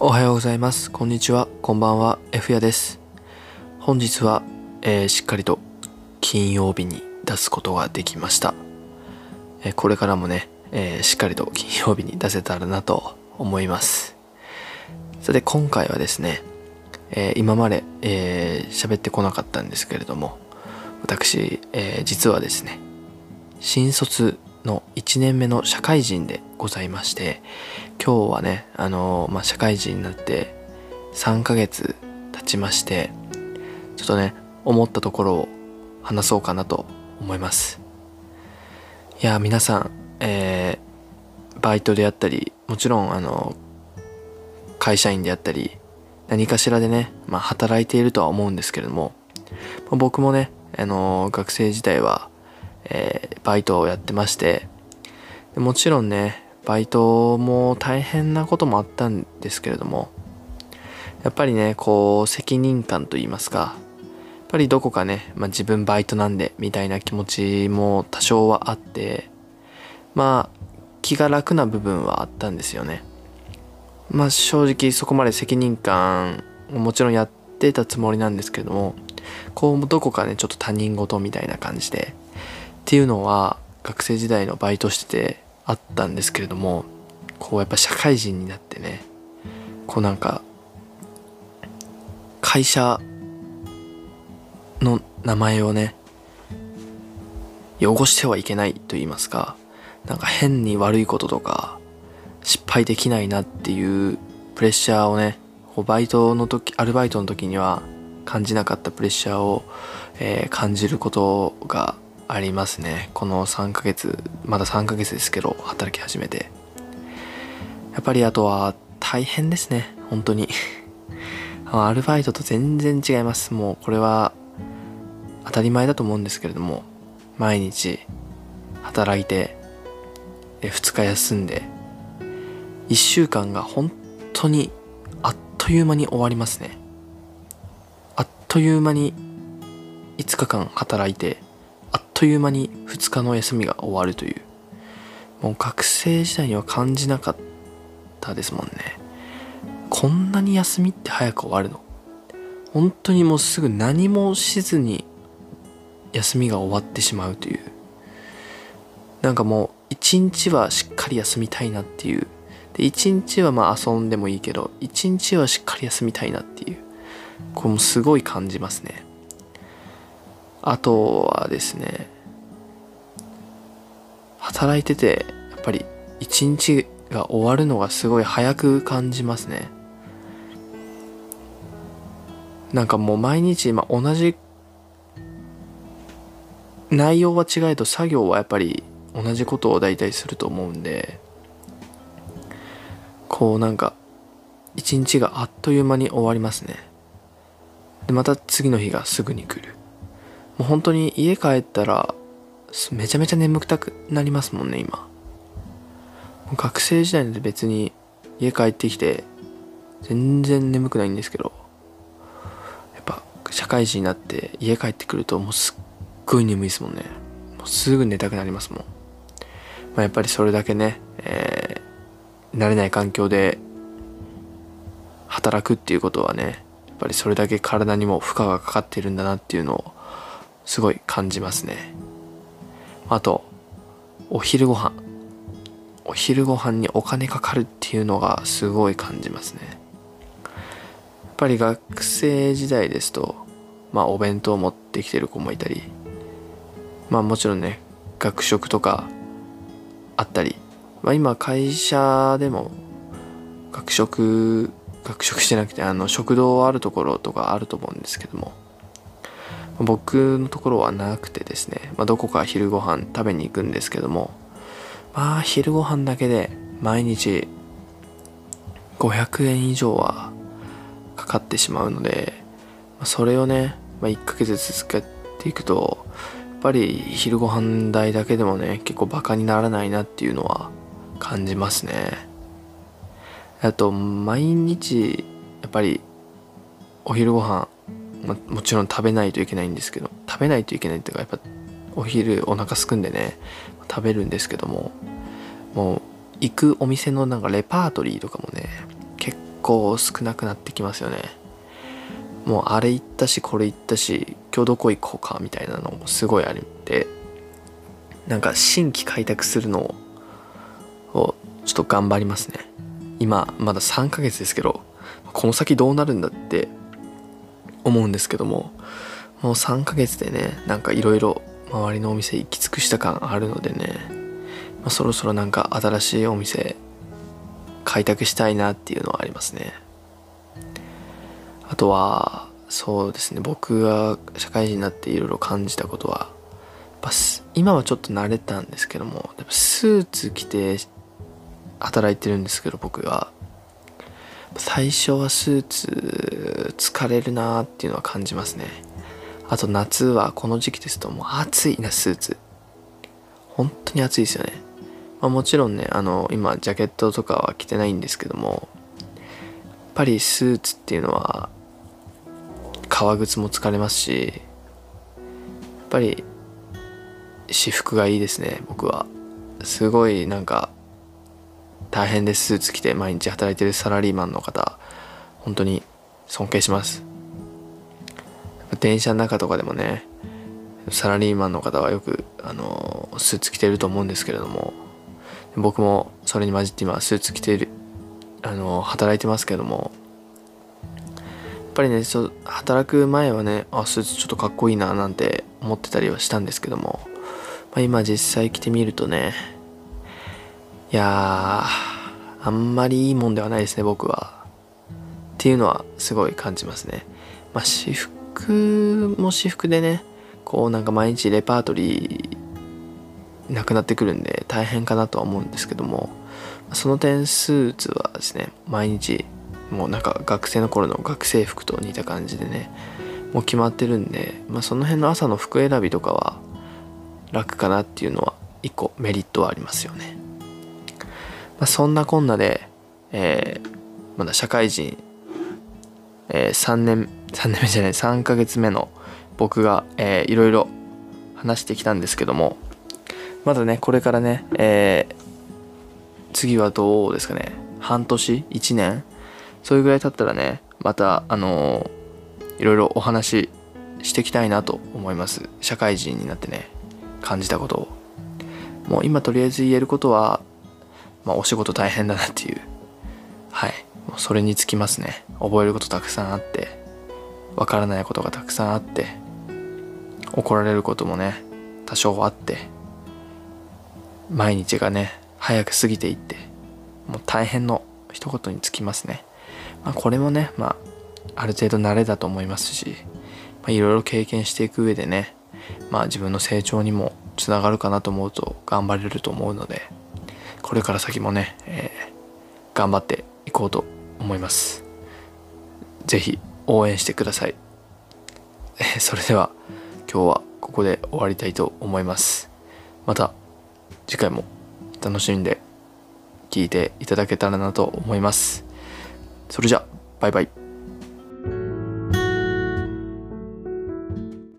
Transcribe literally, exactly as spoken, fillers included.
おはようございます。こんにちは。こんばんは。F やです。本日は、えー、しっかりと金曜日に出すことができました。えー、これからもね、えー、しっかりと金曜日に出せたらなと思います。さて今回はですね、えー、今まで喋、えー、ってこなかったんですけれども、私、えー、実はですね、新卒のいちねんめの社会人でございまして、今日はね、あのー、まあ、社会人になってさんかげつ経ちまして、ちょっとね、思ったところを話そうかなと思います。いや、皆さん、えー、バイトであったり、もちろん、あのー、会社員であったり、何かしらでね、まあ、働いているとは思うんですけれども、まあ、僕もね、あのー、学生時代は、えー、バイトをやってまして、もちろんね、バイトも大変なこともあったんですけれども、やっぱりね、こう責任感と言いますか、やっぱりどこかね、まあ、自分バイトなんでみたいな気持ちも多少はあって、まあ気が楽な部分はあったんですよね。まあ正直そこまで責任感ももちろんやってたつもりなんですけれども、こうどこかねちょっと他人事みたいな感じでっていうのは学生時代のバイトしててあったんですけれども、こうやっぱ社会人になってね、こうなんか会社の名前をね汚してはいけないと言いますか、なんか変に悪いこととか失敗できないなっていうプレッシャーをね、こうバイトの時アルバイトの時には感じなかったプレッシャーを、えー、感じることがありますね。このさんかげつ、まださんかげつですけど働き始めて、やっぱりあとは大変ですね、本当にアルバイトと全然違います。もうこれは当たり前だと思うんですけれども、毎日働いてふつか休んでいっしゅうかんが本当にあっという間に終わりますね。あっという間にいつかかん働いて、あっという間にふつかの休みが終わるという、もう学生時代には感じなかったですもんね。こんなに休みって早く終わるの？本当にもうすぐ何もしずに休みが終わってしまうという、なんかもう一日はしっかり休みたいなっていう、で一日はまあ遊んでもいいけど一日はしっかり休みたいなっていう、これもすごい感じますね。あとはですね、働いててやっぱり一日が終わるのがすごい早く感じますね。なんかもう毎日、まあ、同じ内容は違えど作業はやっぱり同じことを大体すると思うんで、こうなんか一日があっという間に終わりますね。でまた次の日がすぐに来る。もう本当に家帰ったらめちゃめちゃ眠たくなりますもんね。今学生時代なんて別に家帰ってきて全然眠くないんですけど、やっぱ社会人になって家帰ってくるともうすっごい眠いですもんね。もうすぐ寝たくなりますもん。まあ、やっぱりそれだけね、えー、慣れない環境で働くっていうことはね、やっぱりそれだけ体にも負荷がかかっているんだなっていうのをすごい感じますね。あとお昼ご飯お昼ご飯にお金かかるっていうのがすごい感じますね。やっぱり学生時代ですと、まあお弁当を持ってきてる子もいたり、まあもちろんね学食とかあったり、まあ今会社でも学食学食してなくてあの食堂あるところとかあると思うんですけども、僕のところはなくてですね、まあ、どこか昼ご飯食べに行くんですけども、まあ昼ご飯だけで毎日ごひゃくえん以上はかかってしまうので、それをね、まあ、いっかげつ続けていくとやっぱり昼ご飯代だけでもね結構バカにならないなっていうのは感じますね。あと毎日やっぱりお昼ご飯、まあ、もちろん食べないといけないんですけど、食べないといけないっていうかやっぱお昼お腹すくんでね食べるんですけども、もう行くお店のなんかレパートリーとかもね結構少なくなってきますよね。もうあれ行ったしこれ行ったし今日どこ行こうかみたいなのもすごいあるんで、なんか新規開拓するのをちょっと頑張りますね。今まださんかげつですけど、この先どうなるんだって思うんですけども、もうさんかげつでね、なんかいろいろ周りのお店行き尽くした感あるのでね、まあ、そろそろなんか新しいお店開拓したいなっていうのはありますね。あとはそうですね、僕が社会人になっていろいろ感じたことは、やっぱ今はちょっと慣れたんですけども、スーツ着て働いてるんですけど、僕は最初はスーツ疲れるなーっていうのは感じますね。あと夏はこの時期ですともう暑いな、スーツ本当に暑いですよね。まあ、もちろんね、あの今ジャケットとかは着てないんですけども、やっぱりスーツっていうのは革靴も疲れますし、やっぱり私服がいいですね。僕はすごいなんか大変です。スーツ着て毎日働いてるサラリーマンの方、本当に尊敬します。電車の中とかでもね、サラリーマンの方はよくあのスーツ着てると思うんですけれども、僕もそれに混じって今スーツ着てるあの働いてますけども、やっぱりね、そ働く前はね、あスーツちょっとかっこいいななんて思ってたりはしたんですけども、まあ、今実際着てみるとね、いやーあんまりいいもんではないですね、僕はっていうのはすごい感じますね。まあ私服も私服でね、こうなんか毎日レパートリーなくなってくるんで大変かなとは思うんですけども、その点スーツはですね、毎日もうなんか学生の頃の学生服と似た感じでね、もう決まってるんで、まあ、その辺の朝の服選びとかは楽かなっていうのは一個メリットはありますよね。まあ、そんなこんなで、えー、まだ社会人、えー、さんねんさんねんめじゃないさんかげつめの僕が、えー、いろいろ話してきたんですけども、まだねこれからね、えー、次はどうですかね、半年いちねんそれぐらい経ったらね、またあのー、いろいろお話ししていきたいなと思います。社会人になってね感じたことを。もう今とりあえず言えることは、まあ、お仕事大変だなっていう、はい、もうそれにつきますね。覚えることたくさんあって、わからないことがたくさんあって、怒られることもね多少あって、毎日がね早く過ぎていって、もう大変の一言につきますね。まあ、これもね、まあ、ある程度慣れだと思いますし、まあ、いろいろ経験していく上でね、まあ自分の成長にもつながるかなと思うと頑張れると思うので、これから先もね、えー、頑張っていこうと思います。ぜひ応援してください。それでは今日はここで終わりたいと思います。また次回も楽しんで聞いていただけたらなと思います。それじゃバイバイ。